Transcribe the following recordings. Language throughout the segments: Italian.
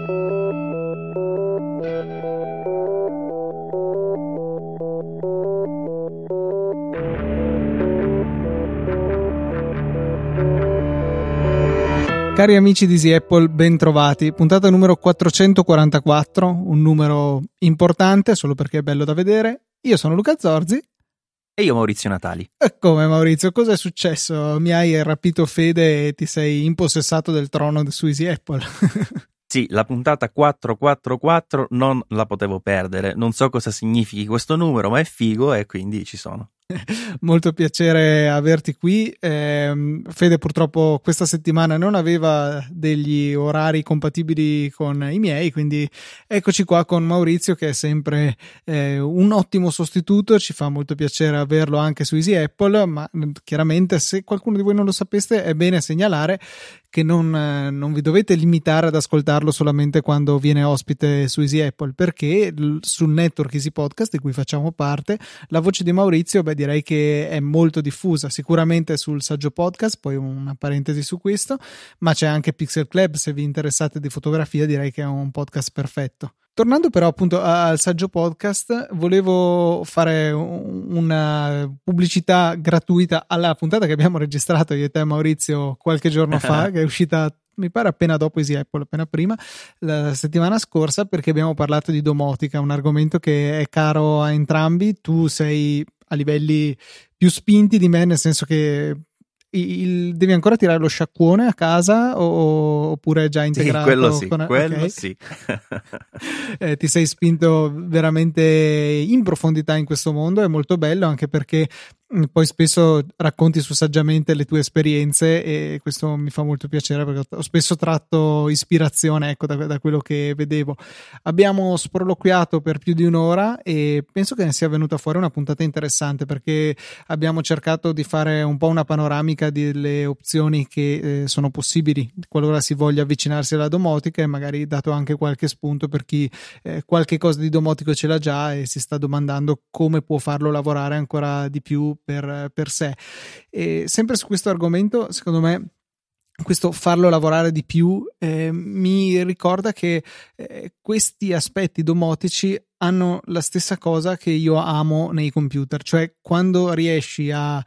Cari amici di Easy Apple, ben trovati. Puntata numero 444, un numero importante solo perché è bello da vedere. Io sono Luca Zorzi. E io Maurizio Natali. Come Maurizio? Cosa è successo? Mi hai rapito fede e ti sei impossessato del trono su Easy Apple? Sì, la puntata 444 non la potevo perdere. Non so cosa significhi questo numero, ma è figo e quindi ci sono. Molto piacere averti qui. Fede purtroppo questa settimana non aveva degli orari compatibili con i miei, quindi eccoci qua con Maurizio, che è sempre un ottimo sostituto. Ci fa molto piacere averlo anche su Easy Apple, ma chiaramente, se qualcuno di voi non lo sapesse, è bene segnalare che non vi dovete limitare ad ascoltarlo solamente quando viene ospite su Easy Apple, perché sul network Easy Podcast, di cui facciamo parte, la voce di Maurizio, direi che è molto diffusa, sicuramente sul Saggio Podcast, poi una parentesi su questo, ma c'è anche Pixel Club. Se vi interessate di fotografia, direi che è un podcast perfetto. Tornando però appunto al Saggio Podcast, volevo fare una pubblicità gratuita alla puntata che abbiamo registrato io e te, Maurizio, qualche giorno fa, che è uscita mi pare appena dopo Easy Apple, appena prima, la settimana scorsa, perché abbiamo parlato di domotica, un argomento che è caro a entrambi. Tu sei a livelli più spinti di me, nel senso che devi ancora tirare lo sciacquone a casa oppure è già integrato? Sì, quello okay. Sì. Ti sei spinto veramente in profondità in questo mondo, è molto bello, anche perché poi spesso racconti su Saggiamente le tue esperienze e questo mi fa molto piacere, perché ho spesso tratto ispirazione, ecco, da quello che vedevo. Abbiamo sproloquiato per più di un'ora e penso che ne sia venuta fuori una puntata interessante, perché abbiamo cercato di fare un po' una panoramica delle opzioni che sono possibili qualora si voglia avvicinarsi alla domotica, e magari dato anche qualche spunto per chi qualche cosa di domotico ce l'ha già e si sta domandando come può farlo lavorare ancora di più per sé. E sempre su questo argomento, secondo me, questo farlo lavorare di più mi ricorda che questi aspetti domotici hanno la stessa cosa che io amo nei computer, cioè quando riesci a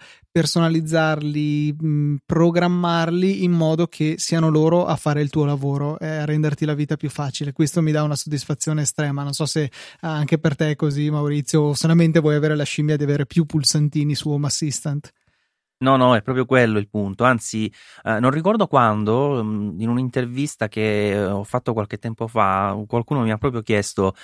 personalizzarli, programmarli in modo che siano loro a fare il tuo lavoro e a renderti la vita più facile. Questo mi dà una soddisfazione estrema. Non so se anche per te è così, Maurizio, o solamente vuoi avere la scimmia di avere più pulsantini su Home Assistant. No, è proprio quello il punto. Anzi, non ricordo quando, in un'intervista che ho fatto qualche tempo fa, qualcuno mi ha proprio chiesto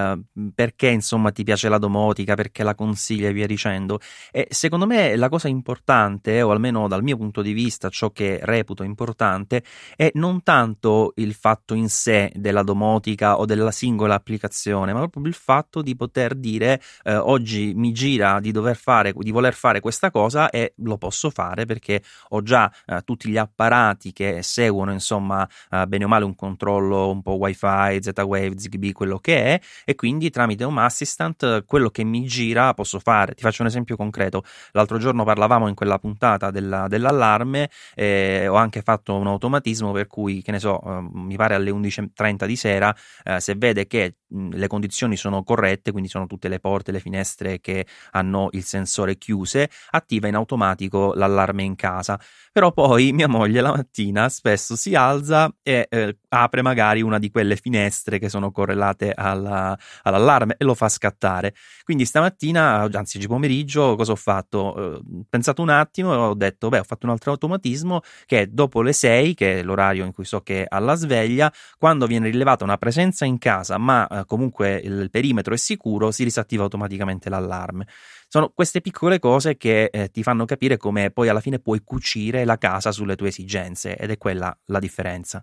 perché insomma ti piace la domotica, perché la consigli e via dicendo. E secondo me la cosa importante, o almeno dal mio punto di vista, ciò che reputo importante, è non tanto il fatto in sé della domotica o della singola applicazione, ma proprio il fatto di poter dire oggi mi gira di voler fare questa cosa e lo posso fare perché ho già tutti gli apparati che seguono insomma bene o male un controllo un po' Wi-Fi, Z-Wave, Zigbee, quello che è, e quindi tramite Home Assistant quello che mi gira posso fare. Ti faccio un esempio concreto: l'altro giorno parlavamo in quella puntata dell'allarme, ho anche fatto un automatismo per cui, che ne so, mi pare alle 11:30 di sera, se vede che le condizioni sono corrette, quindi sono tutte le porte, le finestre che hanno il sensore chiuse, attiva in automatico l'allarme in casa. Però poi mia moglie la mattina spesso si alza e apre magari una di quelle finestre che sono correlate all'allarme e lo fa scattare. Quindi stamattina, anzi oggi pomeriggio, cosa ho fatto? Ho pensato un attimo e ho detto ho fatto un altro automatismo che dopo le 6, che è l'orario in cui so che è alla sveglia, quando viene rilevata una presenza in casa ma comunque il perimetro è sicuro, si disattiva automaticamente l'allarme. Sono queste piccole cose che ti fanno capire come poi alla fine puoi cucire la casa sulle tue esigenze, ed è quella la differenza.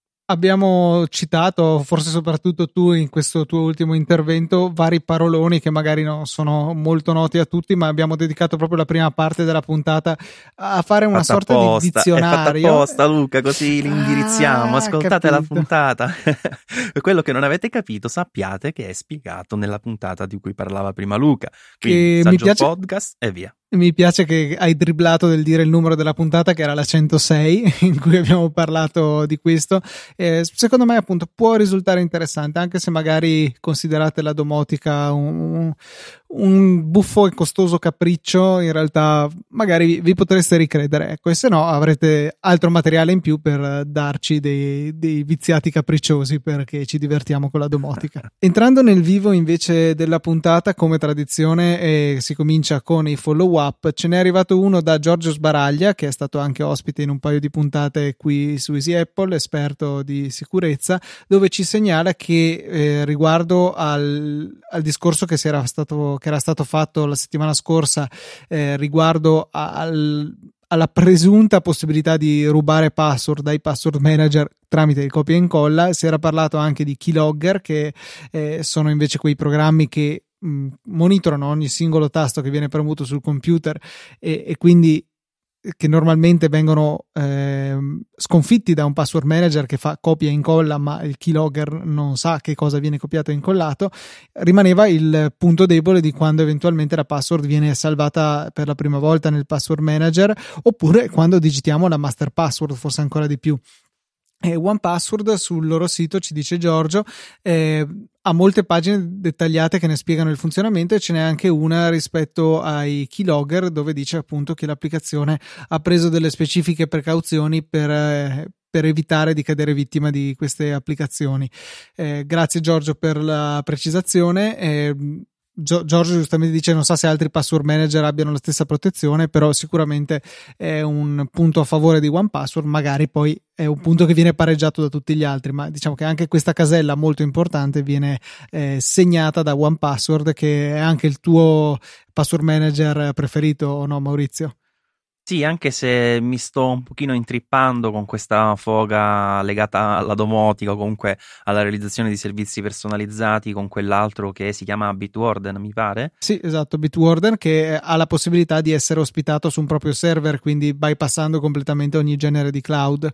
Abbiamo citato, forse soprattutto tu in questo tuo ultimo intervento, vari paroloni che magari non sono molto noti a tutti, ma abbiamo dedicato proprio la prima parte della puntata a fare una sorta di dizionario. È fatta apposta, Luca, così li indirizziamo. Ascoltate la puntata. Quello che non avete capito, sappiate che è spiegato nella puntata di cui parlava prima Luca. Quindi Saggio Podcast e via. Mi piace che hai dribblato del dire il numero della puntata, che era la 106, in cui abbiamo parlato di questo. Secondo me, appunto, può risultare interessante, anche se magari considerate la domotica un buffo e costoso capriccio. In realtà, magari vi potreste ricredere, ecco, e se no avrete altro materiale in più per darci dei viziati capricciosi, perché ci divertiamo con la domotica. Entrando nel vivo invece della puntata, come tradizione, si comincia con i follow up. Ce n'è arrivato uno da Giorgio Sbaraglia, che è stato anche ospite in un paio di puntate qui su Easy Apple, esperto di sicurezza, dove ci segnala che riguardo al discorso che era stato fatto la settimana scorsa riguardo alla presunta possibilità di rubare password dai password manager tramite il copia e incolla, si era parlato anche di keylogger, che sono invece quei programmi che monitorano ogni singolo tasto che viene premuto sul computer e quindi che normalmente vengono sconfitti da un password manager che fa copia e incolla, ma il keylogger non sa che cosa viene copiato e incollato. Rimaneva il punto debole di quando eventualmente la password viene salvata per la prima volta nel password manager, oppure quando digitiamo la master password, forse ancora di più. OnePassword sul loro sito, ci dice Giorgio, ha molte pagine dettagliate che ne spiegano il funzionamento, e ce n'è anche una rispetto ai keylogger dove dice appunto che l'applicazione ha preso delle specifiche precauzioni per evitare di cadere vittima di queste applicazioni. Grazie Giorgio per la precisazione. Giorgio giustamente dice non sa se altri password manager abbiano la stessa protezione, però sicuramente è un punto a favore di OnePassword, magari poi è un punto che viene pareggiato da tutti gli altri, ma diciamo che anche questa casella molto importante viene segnata da OnePassword, che è anche il tuo password manager preferito, o no, Maurizio? Sì, anche se mi sto un pochino intrippando con questa foga legata alla domotica o comunque alla realizzazione di servizi personalizzati con quell'altro che si chiama Bitwarden, mi pare. Sì, esatto, Bitwarden, che ha la possibilità di essere ospitato su un proprio server, quindi bypassando completamente ogni genere di cloud.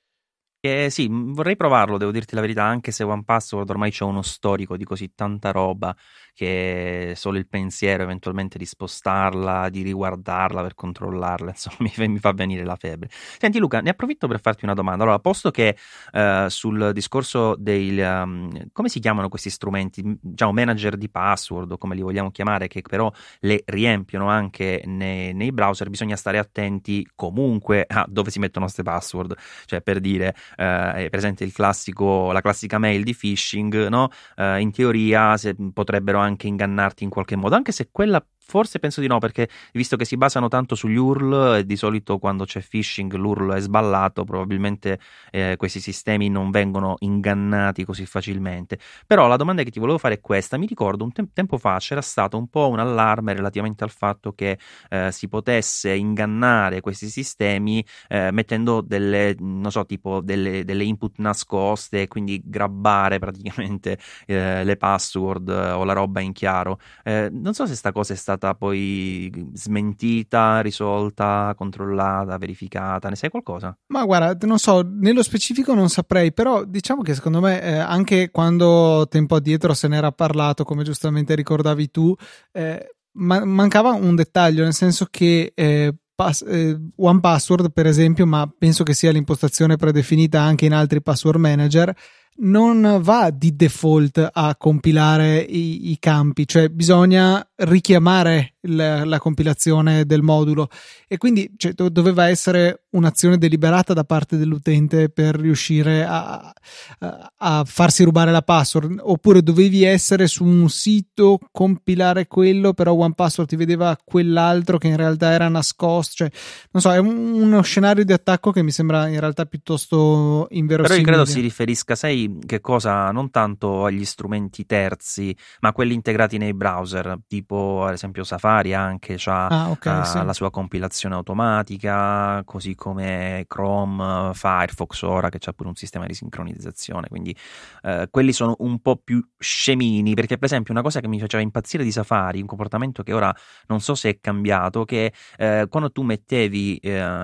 Sì, vorrei provarlo, devo dirti la verità, anche se OnePassword ormai c'è uno storico di così tanta roba che solo il pensiero eventualmente di spostarla, di riguardarla per controllarla, insomma, mi fa venire la febbre. Senti Luca, ne approfitto per farti una domanda. Allora, posto che sul discorso come si chiamano questi strumenti, diciamo manager di password o come li vogliamo chiamare, che però le riempiono anche nei browser, bisogna stare attenti comunque a dove si mettono queste password. Cioè, per dire, è presente la classica mail di phishing, no? In teoria potrebbero anche ingannarti in qualche modo, anche se quella forse penso di no, perché visto che si basano tanto sugli URL e di solito quando c'è phishing l'URL è sballato, probabilmente questi sistemi non vengono ingannati così facilmente. Però la domanda che ti volevo fare è questa: mi ricordo un tempo fa c'era stato un po' un allarme relativamente al fatto che si potesse ingannare questi sistemi mettendo delle, non so, tipo delle input nascoste, quindi grabbare praticamente le password o la roba in chiaro. Non so se sta cosa è stata poi smentita, risolta, controllata, verificata, ne sai qualcosa? Ma guarda, non so, nello specifico non saprei, però diciamo che secondo me anche quando tempo addietro se n'era parlato, come giustamente ricordavi tu, mancava un dettaglio, nel senso che OnePassword per esempio, ma penso che sia l'impostazione predefinita anche in altri password manager, non va di default a compilare i campi, cioè bisogna richiamare la compilazione del modulo, e quindi doveva essere un'azione deliberata da parte dell'utente per riuscire a farsi rubare la password, oppure dovevi essere su un sito, compilare quello, però OnePassword ti vedeva quell'altro che in realtà era nascosto. Cioè, non so, è uno scenario di attacco che mi sembra in realtà piuttosto inverosimile. Però io credo si riferisca, sai che cosa, non tanto agli strumenti terzi, ma quelli integrati nei browser, tipo ad esempio Safari anche c'ha sì, la sua compilazione automatica, così come Chrome, Firefox ora che c'ha pure un sistema di sincronizzazione, quindi quelli sono un po' più scemini, perché per esempio una cosa che mi faceva impazzire di Safari, un comportamento che ora non so se è cambiato, che quando tu mettevi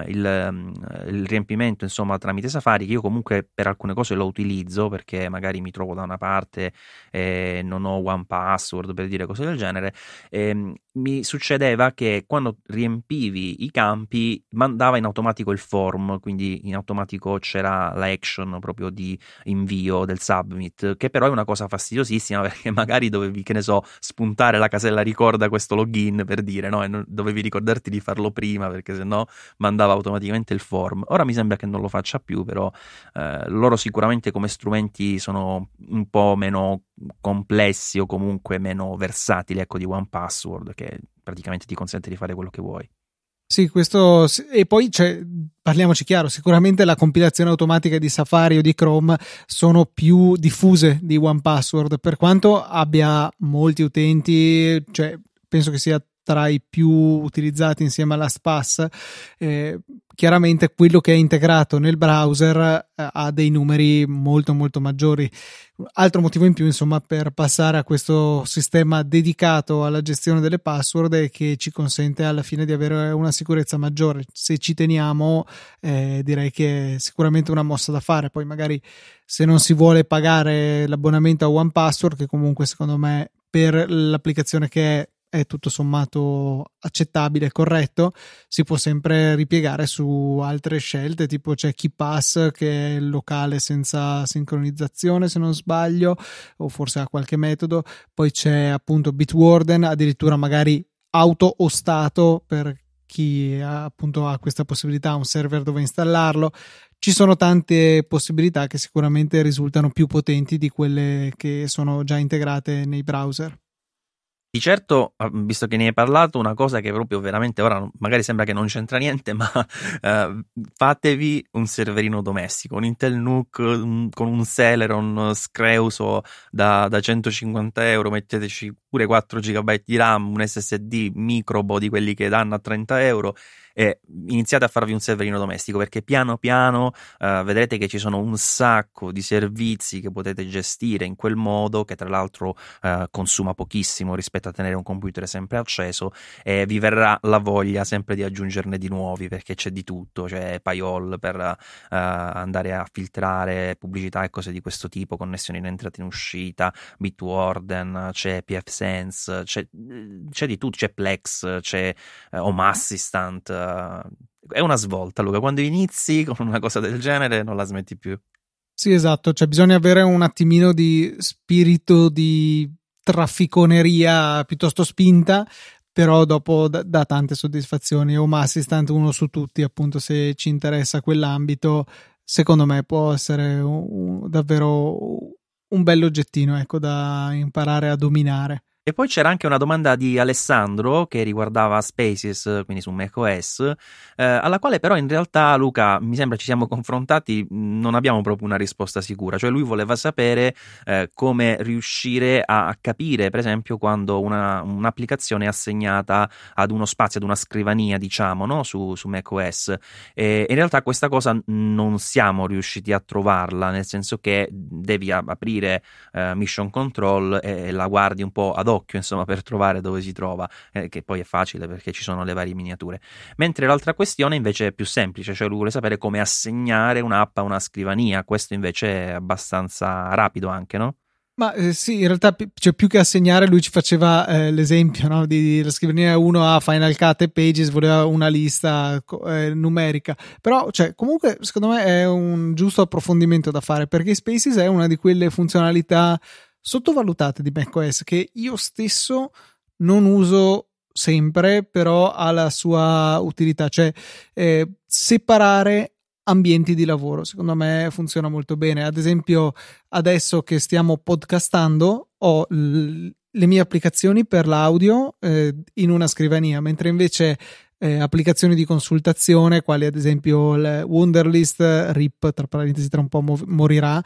il riempimento insomma tramite Safari, che io comunque per alcune cose lo utilizzo perché magari mi trovo da una parte e non ho OnePassword, per dire cose del genere, mi succedeva che quando riempivi i campi mandava in automatico il form, quindi in automatico c'era la action proprio di invio del submit, che però è una cosa fastidiosissima perché magari dovevi, che ne so, spuntare la casella ricorda questo login per dire, no? E dovevi ricordarti di farlo prima perché sennò mandava automaticamente il form. Ora mi sembra che non lo faccia più, però loro sicuramente come strumenti sono un po' meno complessi o comunque meno versatili, ecco, di 1Password, che praticamente ti consente di fare quello che vuoi. Sì, questo, e poi parliamoci chiaro, sicuramente la compilazione automatica di Safari o di Chrome sono più diffuse di 1Password, per quanto abbia molti utenti, cioè penso che sia tra i più utilizzati insieme alla LastPass. Chiaramente quello che è integrato nel browser ha dei numeri molto molto maggiori. Altro motivo in più, insomma, per passare a questo sistema dedicato alla gestione delle password è che ci consente alla fine di avere una sicurezza maggiore. Se ci teniamo, direi che è sicuramente una mossa da fare. Poi magari se non si vuole pagare l'abbonamento a 1Password, che comunque secondo me per l'applicazione che è tutto sommato accettabile e corretto, si può sempre ripiegare su altre scelte, tipo c'è KeePass che è locale senza sincronizzazione se non sbaglio, o forse ha qualche metodo, poi c'è appunto Bitwarden, addirittura magari auto ostato per chi appunto ha questa possibilità, un server dove installarlo. Ci sono tante possibilità che sicuramente risultano più potenti di quelle che sono già integrate nei browser. Di certo, visto che ne hai parlato, una cosa che proprio veramente ora magari sembra che non c'entra niente, ma fatevi un serverino domestico, un Intel NUC con un Celeron Screuso da 150 euro, metteteci pure 4 GB di RAM, un SSD microbo di quelli che danno a 30 euro e iniziate a farvi un serverino domestico, perché piano piano vedrete che ci sono un sacco di servizi che potete gestire in quel modo, che tra l'altro consuma pochissimo rispetto a tenere un computer sempre acceso, e vi verrà la voglia sempre di aggiungerne di nuovi, perché c'è di tutto, c'è Payol per andare a filtrare pubblicità e cose di questo tipo, connessioni in entrata e in uscita, Bitwarden, c'è pfSense, c'è di tutto, c'è Plex, c'è Home Assistant. È una svolta, Luca, quando inizi con una cosa del genere non la smetti più. Sì, esatto, cioè bisogna avere un attimino di spirito di trafficoneria piuttosto spinta, però dopo dà tante soddisfazioni. Home Assistant, uno su tutti, appunto, se ci interessa quell'ambito, secondo me può essere davvero un bell'oggettino, ecco, da imparare a dominare. E poi c'era anche una domanda di Alessandro che riguardava Spaces, quindi su macOS, alla quale però in realtà, Luca, mi sembra ci siamo confrontati, non abbiamo proprio una risposta sicura. Cioè lui voleva sapere come riuscire a capire, per esempio, quando un'applicazione è assegnata ad uno spazio, ad una scrivania, diciamo, no? su macOS. E in realtà questa cosa non siamo riusciti a trovarla, nel senso che devi aprire Mission Control e la guardi un po' ad occhio, insomma, per trovare dove si trova, che poi è facile perché ci sono le varie miniature. Mentre l'altra questione invece è più semplice, cioè lui vuole sapere come assegnare un'app a una scrivania. Questo invece è abbastanza rapido anche, no? Ma sì, in realtà, cioè, più che assegnare, lui ci faceva l'esempio, no? La scrivania 1 a Final Cut e Pages, voleva una lista numerica. Però, cioè, comunque, secondo me è un giusto approfondimento da fare, perché Spaces è una di quelle funzionalità sottovalutate di macOS che io stesso non uso sempre, però ha la sua utilità, cioè separare ambienti di lavoro secondo me funziona molto bene. Ad esempio, adesso che stiamo podcastando ho le mie applicazioni per l'audio in una scrivania, mentre invece applicazioni di consultazione quali ad esempio il Wunderlist, RIP tra parentesi, tra un po' morirà,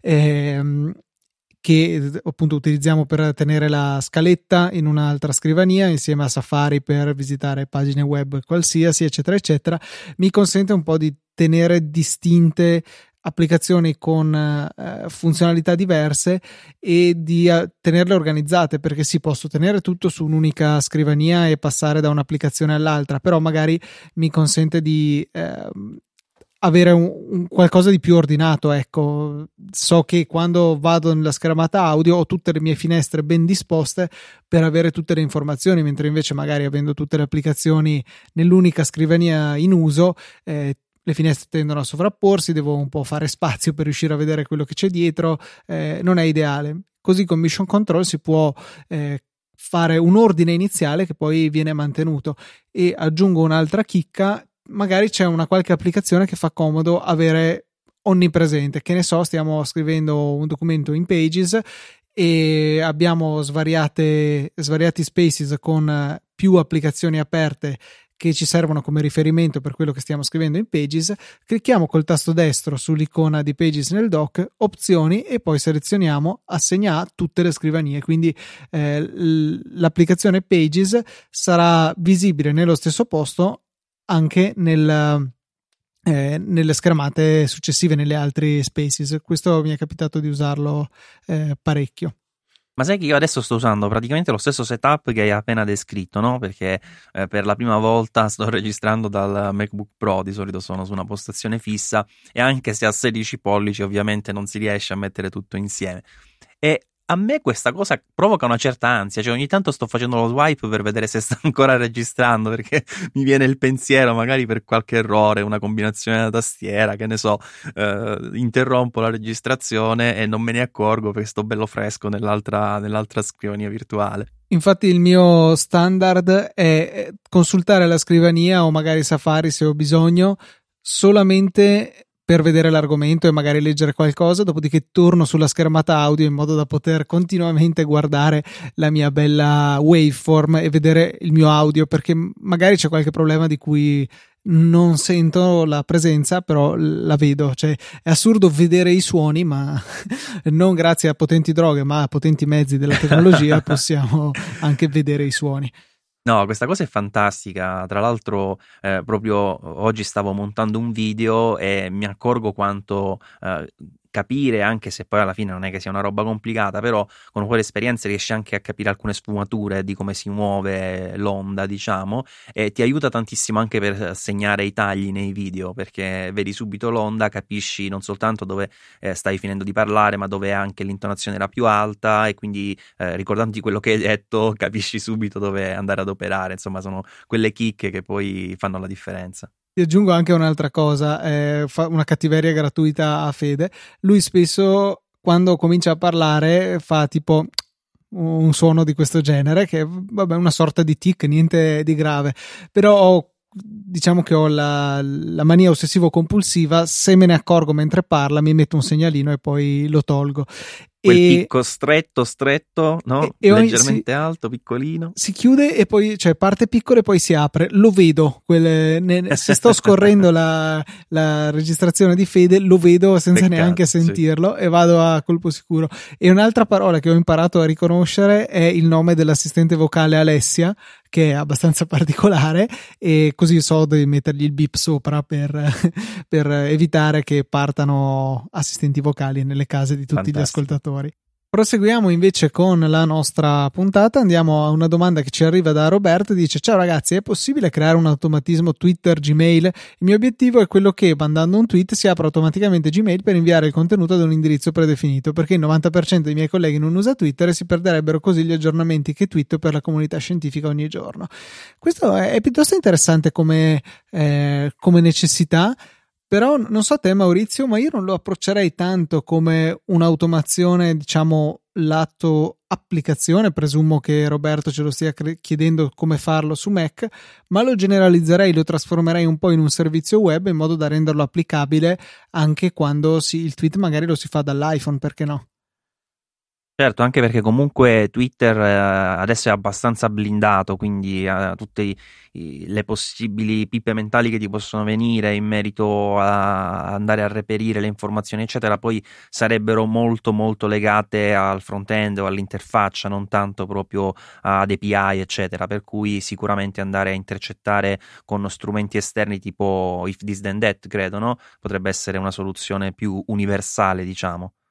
che appunto utilizziamo per tenere la scaletta in un'altra scrivania insieme a Safari per visitare pagine web qualsiasi, eccetera eccetera, mi consente un po' di tenere distinte applicazioni con funzionalità diverse e di tenerle organizzate, perché si posso tenere tutto su un'unica scrivania e passare da un'applicazione all'altra, però magari mi consente di avere un qualcosa di più ordinato. Ecco, so che quando vado nella schermata audio ho tutte le mie finestre ben disposte per avere tutte le informazioni, mentre invece magari avendo tutte le applicazioni nell'unica scrivania in uso, le finestre tendono a sovrapporsi, devo un po' fare spazio per riuscire a vedere quello che c'è dietro, non è ideale. Così con Mission Control si può fare un ordine iniziale che poi viene mantenuto. E aggiungo un'altra chicca: magari c'è una qualche applicazione che fa comodo avere onnipresente, che ne so, stiamo scrivendo un documento in Pages e abbiamo svariati spaces con più applicazioni aperte che ci servono come riferimento per quello che stiamo scrivendo in Pages. Clicchiamo col tasto destro sull'icona di Pages nel doc, opzioni, e poi selezioniamo assegna a tutte le scrivanie, quindi l'applicazione Pages sarà visibile nello stesso posto anche nelle schermate successive, nelle altre spaces. Questo mi è capitato di usarlo parecchio. Ma sai che io adesso sto usando praticamente lo stesso setup che hai appena descritto, no? Perché per la prima volta sto registrando dal MacBook Pro, di solito sono su una postazione fissa, e anche se a 16 pollici ovviamente non si riesce a mettere tutto insieme. E a me questa cosa provoca una certa ansia, cioè ogni tanto sto facendo lo swipe per vedere se sta ancora registrando, perché mi viene il pensiero, magari per qualche errore, una combinazione della tastiera, che ne so, interrompo la registrazione e non me ne accorgo perché sto bello fresco nell'altra scrivania virtuale. Infatti il mio standard è consultare la scrivania o magari Safari se ho bisogno, solamente per vedere l'argomento e magari leggere qualcosa, dopodiché torno sulla schermata audio in modo da poter continuamente guardare la mia bella waveform e vedere il mio audio, perché magari c'è qualche problema di cui non sento la presenza, però la vedo. Cioè, è assurdo vedere i suoni, ma non grazie a potenti droghe, ma a potenti mezzi della tecnologia possiamo anche vedere i suoni. No, questa cosa è fantastica. Tra l'altro, proprio oggi stavo montando un video e mi accorgo quanto capire, anche se poi alla fine non è che sia una roba complicata, però con un po' di esperienza riesci anche a capire alcune sfumature di come si muove l'onda, diciamo, e ti aiuta tantissimo anche per segnare i tagli nei video, perché vedi subito l'onda, capisci non soltanto dove stai finendo di parlare, ma dove anche l'intonazione era più alta, e quindi ricordandoti quello che hai detto capisci subito dove andare ad operare. Insomma, sono quelle chicche che poi fanno la differenza. Ti aggiungo anche un'altra cosa, fa una cattiveria gratuita a Fede. Lui spesso, quando comincia a parlare, fa tipo un suono di questo genere, che vabbè è una sorta di tic, niente di grave, però diciamo che ho la mania ossessivo-compulsiva: se me ne accorgo mentre parla mi metto un segnalino e poi lo tolgo. Quel picco stretto, no? Leggermente alto, piccolino. Si chiude e poi, cioè, parte piccolo e poi si apre. Lo vedo. Se sto scorrendo la registrazione di Fede, lo vedo senza neanche sentirlo, sì. E vado a colpo sicuro. E un'altra parola che ho imparato a riconoscere è il nome dell'assistente vocale Alessia, che è abbastanza particolare, e così so di mettergli il beep sopra per evitare che partano assistenti vocali nelle case di tutti gli ascoltatori. Proseguiamo invece con la nostra puntata. Andiamo a una domanda che ci arriva da Roberto. Dice: ciao ragazzi, è possibile creare un automatismo Twitter Gmail? Il mio obiettivo è quello che, mandando un tweet, si apra automaticamente Gmail per inviare il contenuto ad un indirizzo predefinito, perché il 90% dei miei colleghi non usa Twitter e si perderebbero così gli aggiornamenti che twitto per la comunità scientifica ogni giorno. Questo è piuttosto interessante come necessità. Però non so te, Maurizio, ma io non lo approccerei tanto come un'automazione, diciamo, lato applicazione. Presumo che Roberto ce lo stia chiedendo come farlo su Mac, ma lo generalizzerei, lo trasformerei un po' in un servizio web, in modo da renderlo applicabile anche quando il tweet magari lo si fa dall'iPhone, perché no? Certo, anche perché comunque Twitter adesso è abbastanza blindato, quindi tutte le possibili pippe mentali che ti possono venire in merito a andare a reperire le informazioni, eccetera, poi sarebbero molto molto legate al front-end o all'interfaccia, non tanto proprio ad API, eccetera, per cui sicuramente andare a intercettare con strumenti esterni tipo If This Then That, credo, no? Potrebbe essere una soluzione più universale, diciamo.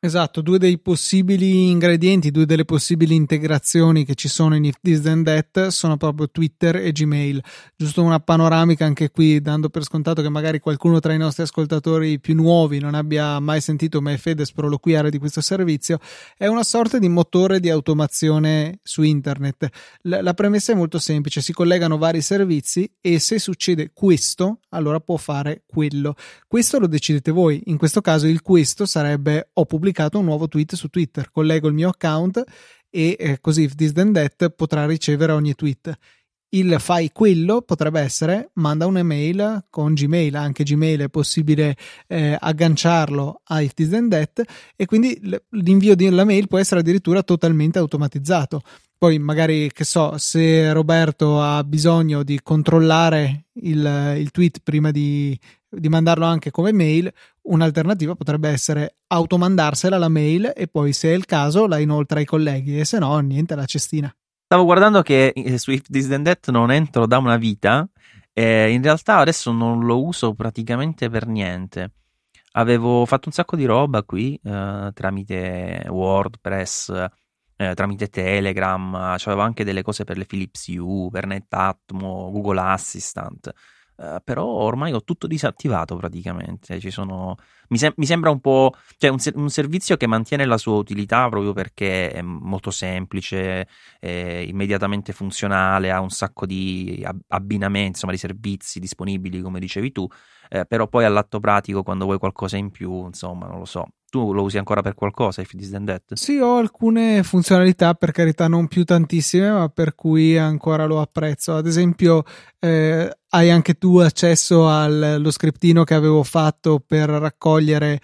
Esatto, due dei possibili ingredienti, due delle possibili integrazioni che ci sono in If This Then That sono proprio Twitter e Gmail. Giusto una panoramica anche qui, dando per scontato che magari qualcuno tra i nostri ascoltatori più nuovi non abbia mai sentito me e Fede sproloquiare di questo servizio. È una sorta di motore di automazione su internet. La premessa è molto semplice: si collegano vari servizi e se succede questo, allora può fare quello. Questo lo decidete voi. In questo caso il questo sarebbe: ho pubblicato un nuovo tweet su Twitter, collego il mio account e così If This Then That potrà ricevere ogni tweet. Il fai quello potrebbe essere: manda un'email con Gmail. Anche Gmail è possibile agganciarlo a If This Then That, e quindi l'invio della mail può essere addirittura totalmente automatizzato. Poi magari, che so, se Roberto ha bisogno di controllare il tweet prima di mandarlo anche come mail, un'alternativa potrebbe essere automandarsela la mail e poi, se è il caso, la inoltra ai colleghi, e se no niente, la cestina. Stavo guardando che su If This Then That non entro da una vita, in realtà adesso non lo uso praticamente per niente. Avevo fatto un sacco di roba qui tramite WordPress, tramite Telegram, c'avevo anche delle cose per le Philips Hue, per Netatmo, Google Assistant. Però ormai ho tutto disattivato praticamente. Mi sembra un po', cioè un servizio che mantiene la sua utilità proprio perché è molto semplice, è immediatamente funzionale, ha un sacco di abbinamenti, insomma, di servizi disponibili, come dicevi tu, però poi all'atto pratico, quando vuoi qualcosa in più, insomma, non lo so. Tu lo usi ancora per qualcosa, If This Then That? Sì, ho alcune funzionalità, per carità non più tantissime, ma per cui ancora lo apprezzo. Ad esempio, hai anche tu accesso allo scriptino che avevo fatto per raccogliere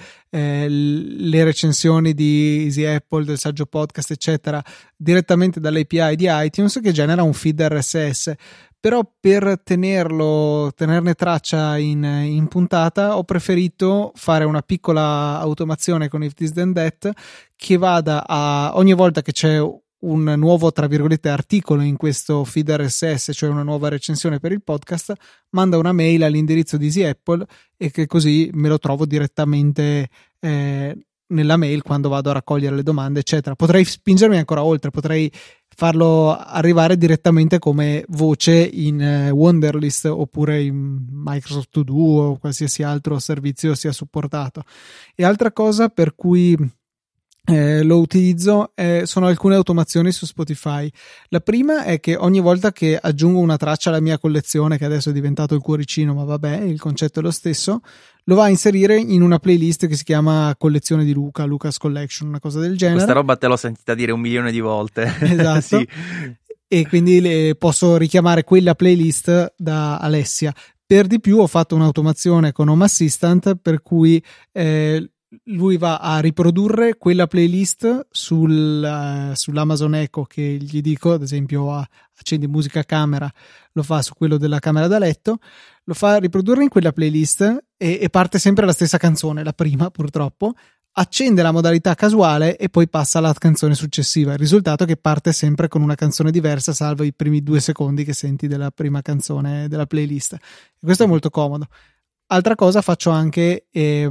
le recensioni di Easy Apple, del Saggio Podcast, eccetera, direttamente dall'API di iTunes, che genera un feed RSS. Però per tenerne traccia in puntata, ho preferito fare una piccola automazione con If This Then That, che vada a ogni volta che c'è un nuovo, tra virgolette, articolo in questo feed RSS, cioè una nuova recensione per il podcast, manda una mail all'indirizzo di Easy Apple, e che così me lo trovo direttamente nella mail quando vado a raccogliere le domande, eccetera. Potrei spingermi ancora oltre, potrei farlo arrivare direttamente come voce in Wunderlist oppure in Microsoft To Do o qualsiasi altro servizio sia supportato. E altra cosa per cui lo utilizzo sono alcune automazioni su Spotify. La prima è che ogni volta che aggiungo una traccia alla mia collezione, che adesso è diventato il cuoricino, ma vabbè, il concetto è lo stesso, lo va a inserire in una playlist che si chiama Collezione di Luca, Luca's Collection, una cosa del genere. Questa roba te l'ho sentita dire 1 milione di volte. Esatto. Sì. E quindi posso richiamare quella playlist da Alessia. Per di più ho fatto un'automazione con Home Assistant, per cui lui va a riprodurre quella playlist sull'Amazon Echo che gli dico, ad esempio accendi musica camera, lo fa su quello della camera da letto, lo fa riprodurre in quella playlist e parte sempre la stessa canzone, la prima purtroppo, accende la modalità casuale e poi passa alla canzone successiva. Il risultato è che parte sempre con una canzone diversa, salvo i primi 2 secondi che senti della prima canzone della playlist, e questo è molto comodo. Altra cosa faccio anche,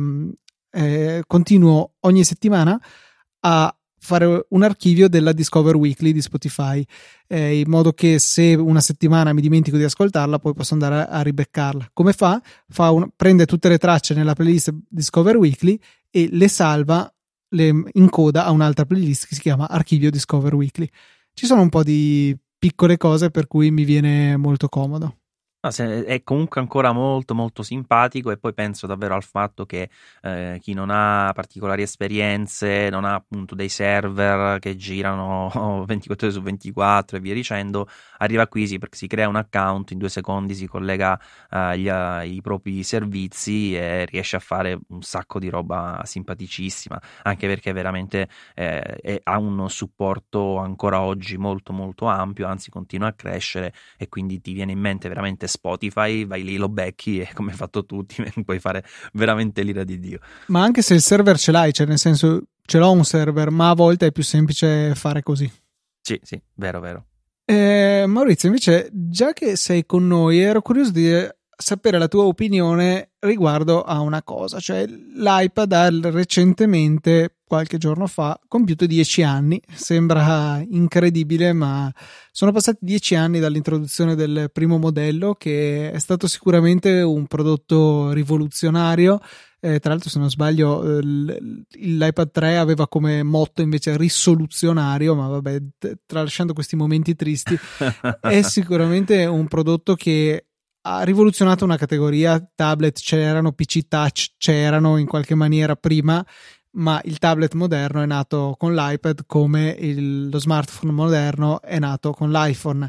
continuo ogni settimana a fare un archivio della Discover Weekly di Spotify, in modo che se una settimana mi dimentico di ascoltarla, poi posso andare a ribeccarla. Come fa? Prende tutte le tracce nella playlist Discover Weekly e le salva, le incoda a un'altra playlist che si chiama Archivio Discover Weekly. Ci sono un po' di piccole cose per cui mi viene molto comodo. No, è comunque ancora molto molto simpatico, e poi penso davvero al fatto che chi non ha particolari esperienze, non ha appunto dei server che girano 24 ore su 24 e via dicendo, arriva qui perché si crea un account, in 2 secondi si collega ai propri servizi e riesce a fare un sacco di roba simpaticissima, anche perché veramente ha un supporto ancora oggi molto molto ampio, anzi continua a crescere, e quindi ti viene in mente veramente Spotify, vai lì, lo becchi e, come hai fatto tu, puoi fare veramente l'ira di Dio. Ma anche se il server ce l'hai, cioè nel senso, ce l'ho un server, ma a volte è più semplice fare così. Sì, vero. Maurizio, invece, già che sei con noi, ero curioso di sapere la tua opinione riguardo a una cosa, cioè l'iPad ha recentemente, qualche giorno fa, compiuto 10 anni. Sembra incredibile, ma sono passati 10 anni dall'introduzione del primo modello, che è stato sicuramente un prodotto rivoluzionario. Tra l'altro, se non sbaglio, l'iPad 3 aveva come motto invece risoluzionario, ma vabbè, tralasciando questi momenti tristi, è sicuramente un prodotto che ha rivoluzionato una categoria. Tablet c'erano, PC touch c'erano in qualche maniera prima, ma il tablet moderno è nato con l'iPad, come lo smartphone moderno è nato con l'iPhone.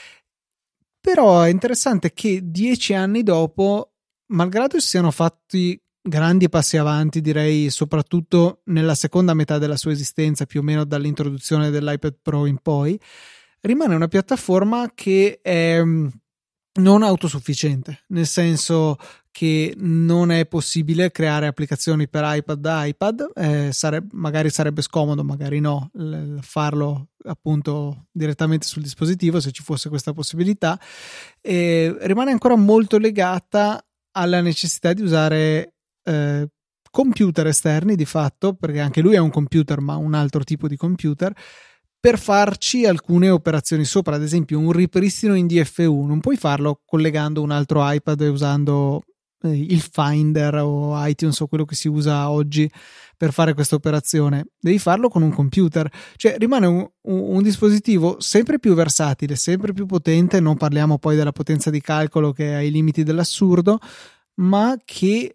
Però è interessante che 10 anni dopo, malgrado si siano fatti grandi passi avanti, direi soprattutto nella seconda metà della sua esistenza, più o meno dall'introduzione dell'iPad Pro in poi, rimane una piattaforma che è non autosufficiente, nel senso che non è possibile creare applicazioni per iPad da iPad. Magari sarebbe scomodo, magari no, farlo appunto direttamente sul dispositivo, se ci fosse questa possibilità. Rimane ancora molto legata alla necessità di usare computer esterni, di fatto, perché anche lui è un computer, ma un altro tipo di computer, per farci alcune operazioni sopra. Ad esempio, un ripristino in DFU non puoi farlo collegando un altro iPad e usando il Finder o iTunes o quello che si usa oggi per fare questa operazione. Devi farlo con un computer, cioè rimane un dispositivo sempre più versatile, sempre più potente. Non parliamo poi della potenza di calcolo, che è ai limiti dell'assurdo, ma che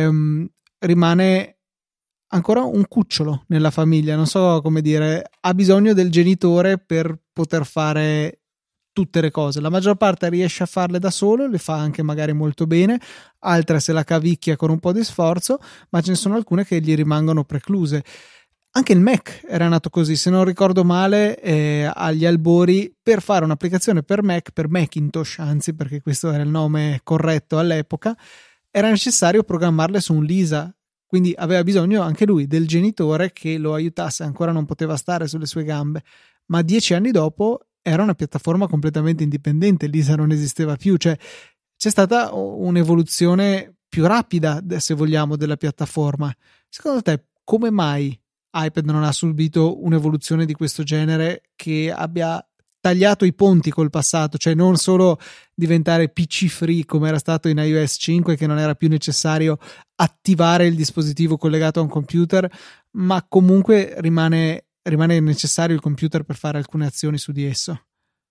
rimane ancora un cucciolo nella famiglia. Non so come dire, ha bisogno del genitore per poter fare tutte le cose. La maggior parte riesce a farle da solo, le fa anche magari molto bene, altre se la cavicchia con un po' di sforzo, ma ce ne sono alcune che gli rimangono precluse. Anche il Mac era nato così, se non ricordo male, agli albori. Per fare un'applicazione per Mac, per Macintosh anzi, perché questo era il nome corretto all'epoca, era necessario programmarle su un Lisa, quindi aveva bisogno anche lui del genitore che lo aiutasse. Ancora non poteva stare sulle sue gambe, ma 10 anni dopo era una piattaforma completamente indipendente. Lisa non esisteva più, cioè c'è stata un'evoluzione più rapida, se vogliamo, della piattaforma. Secondo te, come mai iPad non ha subito un'evoluzione di questo genere, che abbia tagliato i ponti col passato, cioè non solo diventare PC free come era stato in iOS 5, che non era più necessario attivare il dispositivo collegato a un computer, ma comunque rimane necessario il computer per fare alcune azioni su di esso?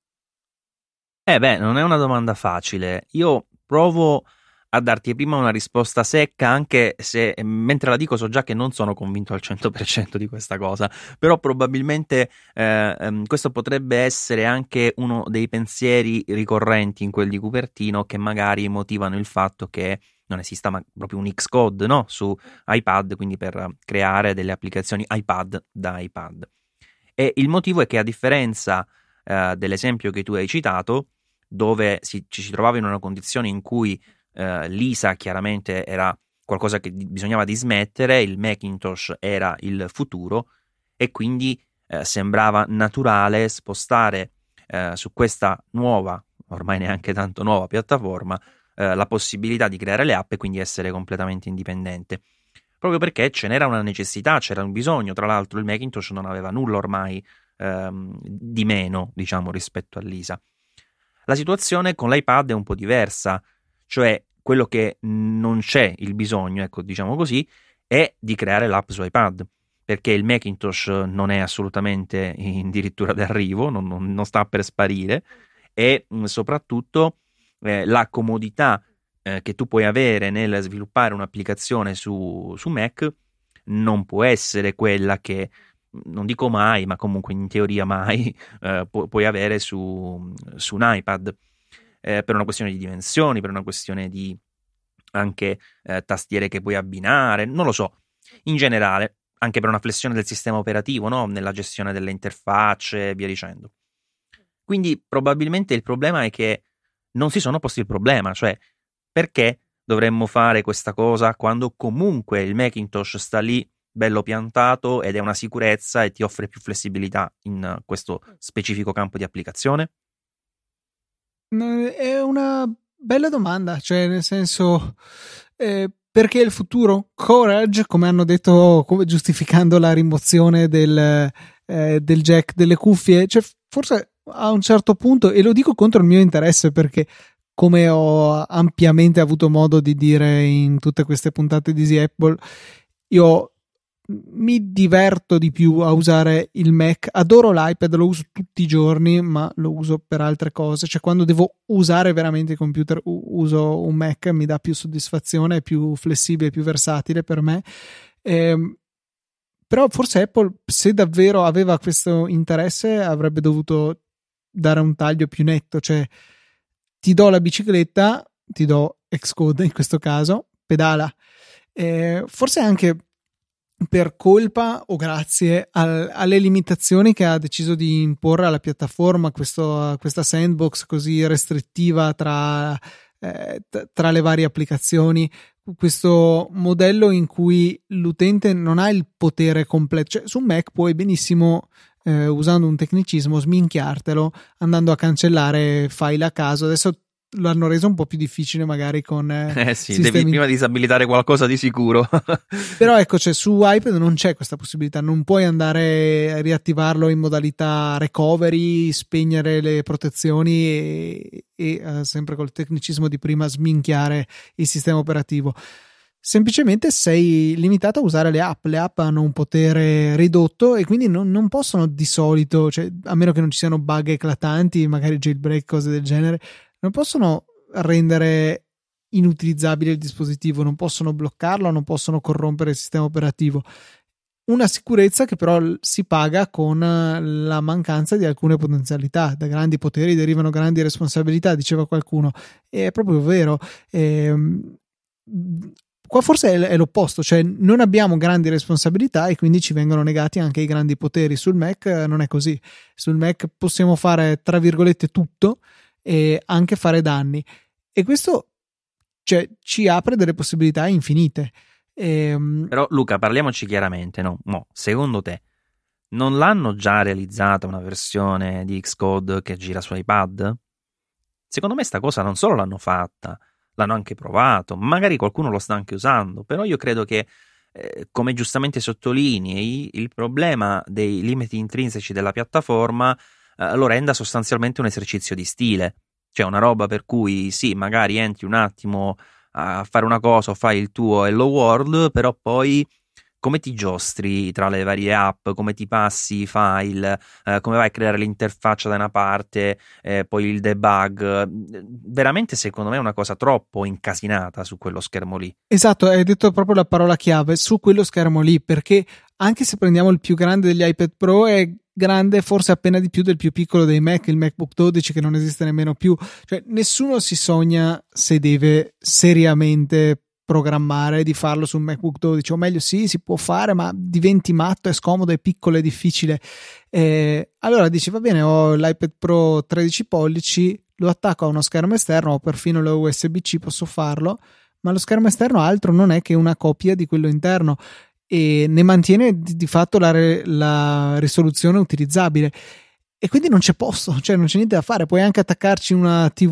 Non è una domanda facile. Io provo a darti prima una risposta secca, anche se mentre la dico so già che non sono convinto al 100% di questa cosa, però probabilmente questo potrebbe essere anche uno dei pensieri ricorrenti in quel di Cupertino, che magari motivano il fatto che non esista proprio un Xcode, no? Su iPad, quindi per creare delle applicazioni iPad da iPad. E il motivo è che, a differenza dell'esempio che tu hai citato, dove ci si trovava in una condizione in cui Lisa chiaramente era qualcosa che bisognava dismettere, il Macintosh era il futuro, e quindi sembrava naturale spostare su questa nuova, ormai neanche tanto nuova piattaforma, la possibilità di creare le app e quindi essere completamente indipendente, proprio perché ce n'era una necessità, c'era un bisogno. Tra l'altro il Macintosh non aveva nulla ormai di meno, diciamo, rispetto a Lisa. La situazione con l'iPad è un po' diversa, cioè quello che non c'è il bisogno, ecco, diciamo così, è di creare l'app su iPad, perché il Macintosh non è assolutamente in dirittura d'arrivo, non sta per sparire, e soprattutto la comodità che tu puoi avere nel sviluppare un'applicazione su Mac non può essere quella che, non dico mai, ma comunque in teoria mai, puoi avere su un iPad, per una questione di dimensioni, per una questione di anche tastiere che puoi abbinare, non lo so, in generale, anche per una flessione del sistema operativo, no? Nella gestione delle interfacce e via dicendo. Quindi probabilmente il problema è che non si sono posti il problema, cioè perché dovremmo fare questa cosa quando comunque il Macintosh sta lì bello piantato ed è una sicurezza e ti offre più flessibilità in questo specifico campo di applicazione? È una Bella domanda, cioè nel senso, perché il futuro? Courage, come hanno detto, giustificando la rimozione del jack delle cuffie, cioè forse a un certo punto, e lo dico contro il mio interesse perché come ho ampiamente avuto modo di dire in tutte queste puntate di Easy Apple, io mi diverto di più a usare il Mac, adoro l'iPad, lo uso tutti i giorni, ma lo uso per altre cose, cioè quando devo usare veramente il computer uso un Mac, mi dà più soddisfazione, è più flessibile, più versatile per me. Però forse Apple, se davvero aveva questo interesse, avrebbe dovuto dare un taglio più netto, cioè ti do la bicicletta, ti do Xcode in questo caso, pedala. Forse anche per colpa o grazie alle limitazioni che ha deciso di imporre alla piattaforma, questa sandbox così restrittiva tra le varie applicazioni, questo modello in cui l'utente non ha il potere completo, cioè su Mac puoi benissimo usando un tecnicismo sminchiartelo andando a cancellare file a caso. Adesso lo hanno reso un po' più difficile magari con sì, sistemi... devi prima disabilitare qualcosa di sicuro. Però ecco, cioè, su iPad non c'è questa possibilità, non puoi andare a riattivarlo in modalità recovery, spegnere le protezioni e sempre col tecnicismo di prima sminchiare il sistema operativo. Semplicemente sei limitato a usare le app hanno un potere ridotto e quindi non possono di solito, cioè, a meno che non ci siano bug eclatanti, magari jailbreak, cose del genere, non possono rendere inutilizzabile il dispositivo, non possono bloccarlo, non possono corrompere il sistema operativo. Una sicurezza che però si paga con la mancanza di alcune potenzialità. Da grandi poteri derivano grandi responsabilità, diceva qualcuno, e è proprio vero. Qua forse è l'opposto, cioè non abbiamo grandi responsabilità e quindi ci vengono negati anche i grandi poteri. Sul Mac non è così, sul Mac possiamo fare tra virgolette tutto e anche fare danni, e questo, cioè, ci apre delle possibilità infinite. Però Luca, parliamoci chiaramente, no? Secondo te non l'hanno già realizzata una versione di Xcode che gira su iPad? Secondo me sta cosa non solo l'hanno fatta, l'hanno anche provato, magari qualcuno lo sta anche usando, però io credo che, come giustamente sottolinei, il problema dei limiti intrinseci della piattaforma lo renda sostanzialmente un esercizio di stile, cioè una roba per cui sì, magari entri un attimo a fare una cosa o fai il tuo Hello World, però poi come ti giostri tra le varie app, come ti passi i file, come vai a creare l'interfaccia da una parte, poi il debug, veramente secondo me è una cosa troppo incasinata su quello schermo lì. Esatto, hai detto proprio la parola chiave, su quello schermo lì, perché anche se prendiamo il più grande degli iPad Pro è grande forse appena di più del più piccolo dei Mac, il MacBook 12 che non esiste nemmeno più, cioè nessuno si sogna, se deve seriamente programmare, di farlo su un MacBook 12, o meglio sì, si può fare, ma diventi matto, è scomodo, è piccolo, è difficile. Allora dici, va bene, ho l'iPad Pro 13 pollici, lo attacco a uno schermo esterno, o perfino lo USB-C, posso farlo, ma lo schermo esterno altro non è che una copia di quello interno e ne mantiene di fatto la risoluzione utilizzabile, e quindi non c'è posto, cioè non c'è niente da fare. Puoi anche attaccarci una TV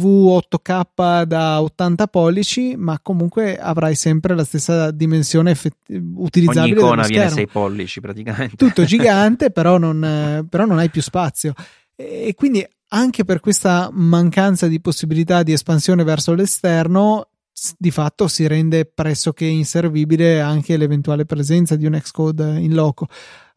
8K da 80 pollici, ma comunque avrai sempre la stessa dimensione utilizzabile. Ogni icona viene 6 pollici praticamente. Tutto gigante, però non hai più spazio, e quindi anche per questa mancanza di possibilità di espansione verso l'esterno, di fatto si rende pressoché inservibile anche l'eventuale presenza di un Xcode in loco.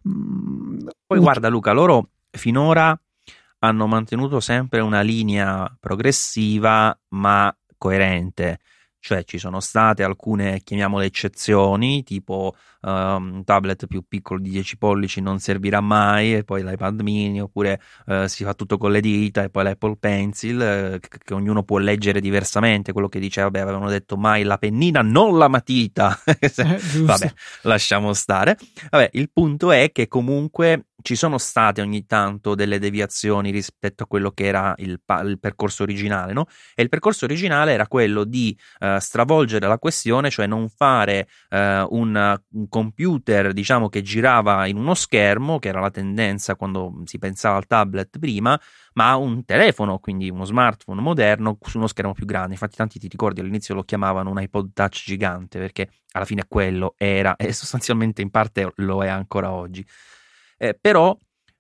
Poi guarda Luca, loro finora hanno mantenuto sempre una linea progressiva ma coerente, cioè ci sono state alcune, chiamiamole, eccezioni, tipo un tablet più piccolo di 10 pollici non servirà mai, e poi l'iPad mini, oppure si fa tutto con le dita, e poi l'Apple Pencil, che ognuno può leggere diversamente, quello che dice, vabbè, avevano detto mai la pennina, non la matita. Vabbè, lasciamo stare. Vabbè, il punto è che comunque ci sono state ogni tanto delle deviazioni rispetto a quello che era il percorso originale, no? E il percorso originale era quello di stravolgere la questione, cioè non fare un computer, diciamo, che girava in uno schermo, che era la tendenza quando si pensava al tablet prima, ma un telefono, quindi uno smartphone moderno su uno schermo più grande. Infatti tanti, ti ricordi, all'inizio lo chiamavano un iPod Touch gigante, perché alla fine quello era, e sostanzialmente in parte lo è ancora oggi. Però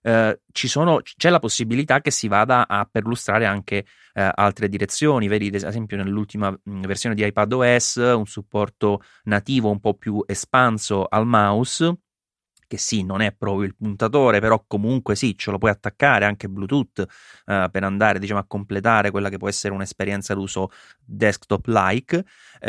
c'è la possibilità che si vada a perlustrare anche altre direzioni. Vedi, ad esempio, nell'ultima versione di iPadOS un supporto nativo un po' più espanso al mouse, che sì, non è proprio il puntatore, però comunque sì, ce lo puoi attaccare anche Bluetooth per andare, diciamo, a completare quella che può essere un'esperienza d'uso desktop-like,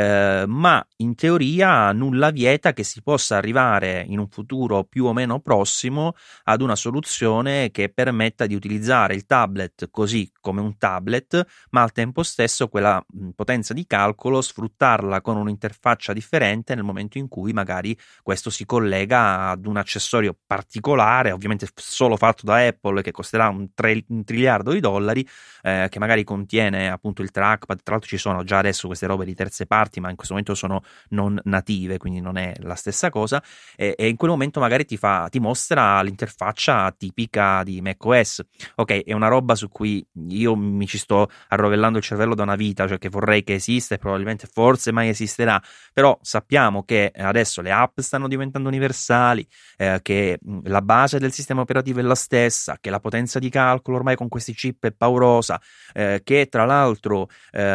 ma in teoria nulla vieta che si possa arrivare in un futuro più o meno prossimo ad una soluzione che permetta di utilizzare il tablet così come un tablet, ma al tempo stesso quella potenza di calcolo sfruttarla con un'interfaccia differente nel momento in cui magari questo si collega ad un accessorio particolare, ovviamente solo fatto da Apple, che costerà un triliardo di dollari, che magari contiene appunto il trackpad. Tra l'altro ci sono già adesso queste robe di terze parti, ma in questo momento sono non native, quindi non è la stessa cosa, e in quel momento magari ti mostra l'interfaccia tipica di macOS. Ok, è una roba su cui io mi ci sto arrovellando il cervello da una vita, cioè che vorrei che esista e probabilmente forse mai esisterà, però sappiamo che adesso le app stanno diventando universali, che la base del sistema operativo è la stessa, che la potenza di calcolo ormai con questi chip è paurosa, che tra l'altro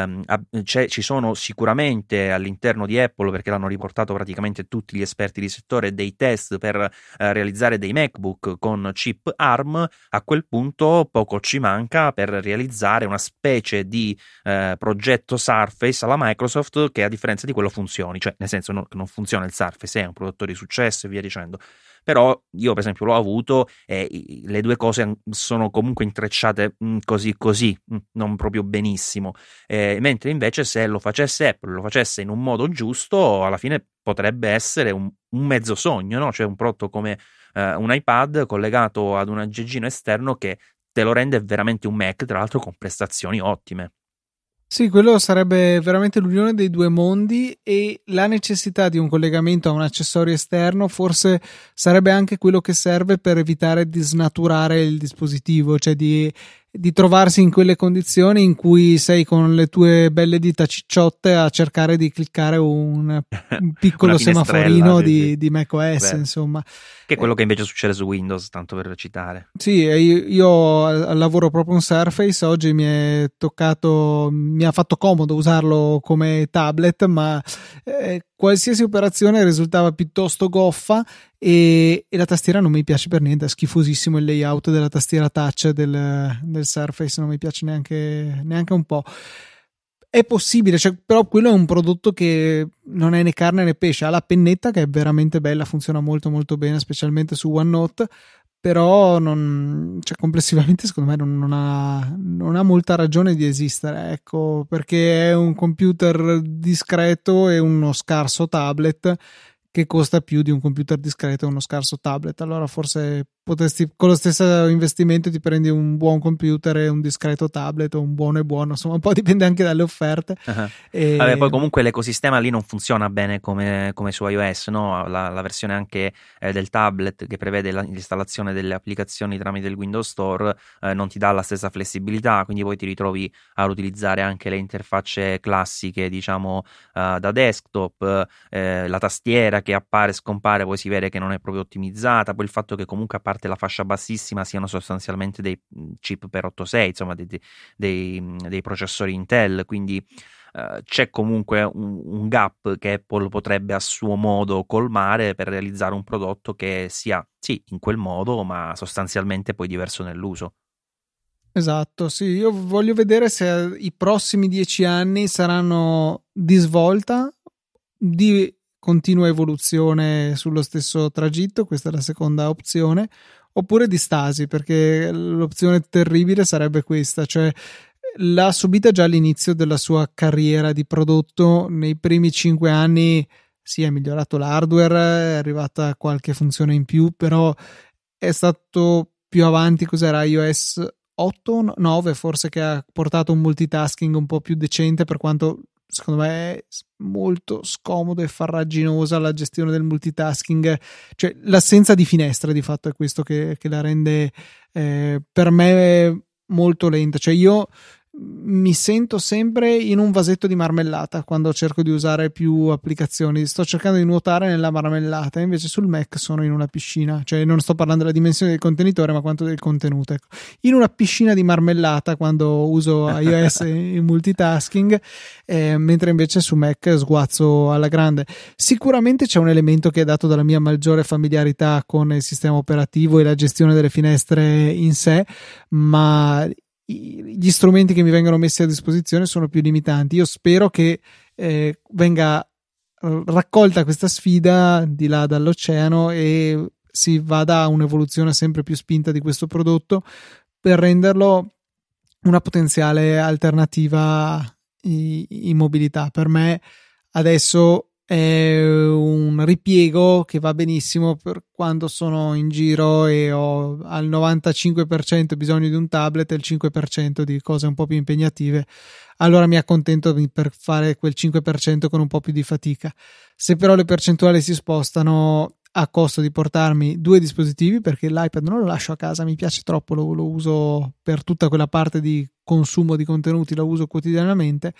ci sono sicuramente all'interno di Apple, perché l'hanno riportato praticamente tutti gli esperti di settore, dei test per realizzare dei MacBook con chip ARM. A quel punto poco ci manca per realizzare una specie di progetto Surface alla Microsoft, che a differenza di quello funzioni, cioè nel senso non funziona il Surface, è un prodotto di successo e via dicendo. Però io per esempio l'ho avuto e le due cose sono comunque intrecciate così, non proprio benissimo, mentre invece se lo facesse Apple, lo facesse in un modo giusto, alla fine potrebbe essere un mezzo sogno, no? Cioè un prodotto come un iPad collegato ad un aggeggino esterno che te lo rende veramente un Mac, tra l'altro con prestazioni ottime. Sì, quello sarebbe veramente l'unione dei due mondi, e la necessità di un collegamento a un accessorio esterno forse sarebbe anche quello che serve per evitare di snaturare il dispositivo, cioè di trovarsi in quelle condizioni in cui sei con le tue belle dita cicciotte a cercare di cliccare un piccolo semaforino sì. di macOS, Beh, insomma. che è quello che invece succede su Windows, tanto per citare. Sì, io lavoro proprio un Surface, oggi mi ha fatto comodo usarlo come tablet, ma qualsiasi operazione risultava piuttosto goffa, e la tastiera non mi piace per niente, è schifosissimo il layout della tastiera touch del Surface, non mi piace neanche un po'. È possibile, cioè, però quello è un prodotto che non è né carne né pesce. Ha la pennetta che è veramente bella, funziona molto molto bene, specialmente su OneNote, però cioè, complessivamente secondo me non ha molta ragione di esistere, ecco, perché è un computer discreto e uno scarso tablet che costa più di un computer discreto e uno scarso tablet. Allora forse potresti, con lo stesso investimento, ti prendi un buon computer e un discreto tablet, o un buono e buono, insomma un po' dipende anche dalle offerte. Uh-huh. Vabbè, poi comunque l'ecosistema lì non funziona bene come su iOS, no? La versione anche del tablet, che prevede l'installazione delle applicazioni tramite il Windows Store, non ti dà la stessa flessibilità, quindi poi ti ritrovi a utilizzare anche le interfacce classiche, diciamo, da desktop, la tastiera che appare e scompare, poi si vede che non è proprio ottimizzata, poi il fatto che comunque a parte la fascia bassissima siano sostanzialmente dei chip per 8.6, insomma dei processori Intel, quindi c'è comunque un gap che Apple potrebbe a suo modo colmare per realizzare un prodotto che sia sì in quel modo, ma sostanzialmente poi diverso nell'uso. Esatto, sì, io voglio vedere se i prossimi 10 anni saranno di svolta, di continua evoluzione sullo stesso tragitto, questa è la seconda opzione, oppure di stasi, perché l'opzione terribile sarebbe questa, cioè l'ha subita già all'inizio della sua carriera di prodotto. Nei primi 5 anni è migliorato l'hardware, è arrivata qualche funzione in più, però è stato più avanti, cos'era iOS 8, 9 forse, che ha portato un multitasking un po' più decente, per quanto secondo me è molto scomodo e farraginosa la gestione del multitasking, cioè l'assenza di finestra di fatto è questo che la rende per me molto lenta. Cioè io mi sento sempre in un vasetto di marmellata quando cerco di usare più applicazioni. Sto cercando di nuotare nella marmellata, invece sul Mac sono in una piscina. Cioè non sto parlando della dimensione del contenitore, ma quanto del contenuto, ecco. In una piscina di marmellata quando uso iOS in multitasking, mentre invece su Mac sguazzo alla grande. Sicuramente c'è un elemento che è dato dalla mia maggiore familiarità con il sistema operativo e la gestione delle finestre in sé, ma gli strumenti che mi vengono messi a disposizione sono più limitanti. Io spero che venga raccolta questa sfida di là dall'oceano e si vada a un'evoluzione sempre più spinta di questo prodotto per renderlo una potenziale alternativa in mobilità. Per me adesso è un ripiego che va benissimo per quando sono in giro e ho al 95% bisogno di un tablet e il 5% di cose un po' più impegnative, allora mi accontento per fare quel 5% con un po' più di fatica. Se però le percentuali si spostano a costo di portarmi 2 dispositivi, perché l'iPad non lo lascio a casa, mi piace troppo, lo uso per tutta quella parte di consumo di contenuti, lo uso quotidianamente,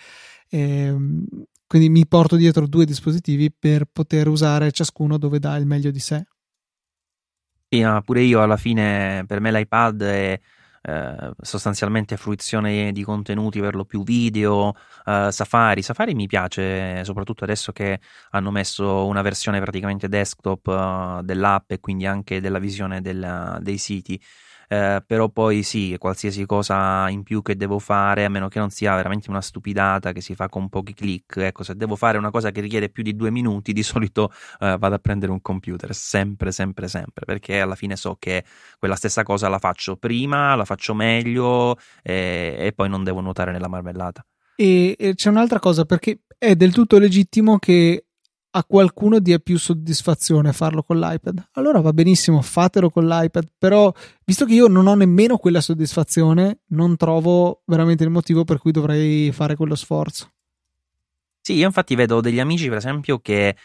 quindi mi porto dietro 2 dispositivi per poter usare ciascuno dove dà il meglio di sé. Sì, ma pure io alla fine, per me l'iPad è sostanzialmente fruizione di contenuti, per lo più video, Safari mi piace, soprattutto adesso che hanno messo una versione praticamente desktop dell'app e quindi anche della visione dei siti. Però poi sì, qualsiasi cosa in più che devo fare, a meno che non sia veramente una stupidata che si fa con pochi click, ecco, se devo fare una cosa che richiede più di 2 minuti, di solito vado a prendere un computer, sempre, perché alla fine so che quella stessa cosa la faccio prima, la faccio meglio e poi non devo nuotare nella marmellata. E c'è un'altra cosa, perché è del tutto legittimo che a qualcuno dia più soddisfazione farlo con l'iPad. Allora va benissimo, fatelo con l'iPad, però visto che io non ho nemmeno quella soddisfazione, non trovo veramente il motivo per cui dovrei fare quello sforzo. Sì, io infatti vedo degli amici, per esempio, che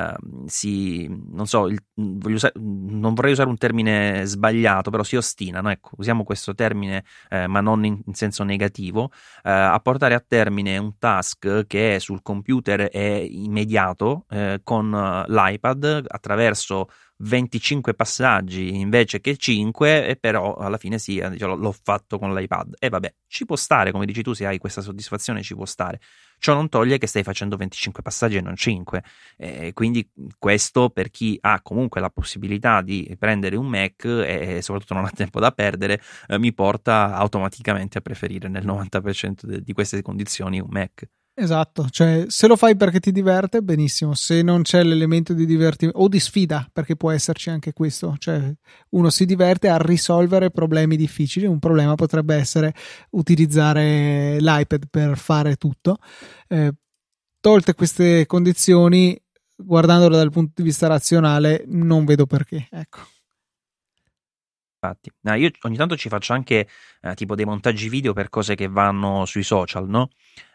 non so, non vorrei usare un termine sbagliato, però si ostinano, ecco, usiamo questo termine, ma non in senso negativo, a portare a termine un task che sul computer è immediato, con l'iPad attraverso 25 passaggi invece che 5, e però alla fine sì, diciamo, l'ho fatto con l'iPad. E vabbè, ci può stare, come dici tu, se hai questa soddisfazione ci può stare. Ciò non toglie che stai facendo 25 passaggi e non 5. Quindi questo, per chi ha comunque la possibilità di prendere un Mac e soprattutto non ha tempo da perdere, mi porta automaticamente a preferire nel 90% di queste condizioni un Mac. Esatto, cioè se lo fai perché ti diverte, benissimo. Se non c'è l'elemento di divertimento o di sfida, perché può esserci anche questo, cioè uno si diverte a risolvere problemi difficili. Un problema potrebbe essere utilizzare l'iPad per fare tutto. Tolte queste condizioni, guardandolo dal punto di vista razionale, non vedo perché, ecco. Infatti, io ogni tanto ci faccio anche tipo dei montaggi video per cose che vanno sui social, no?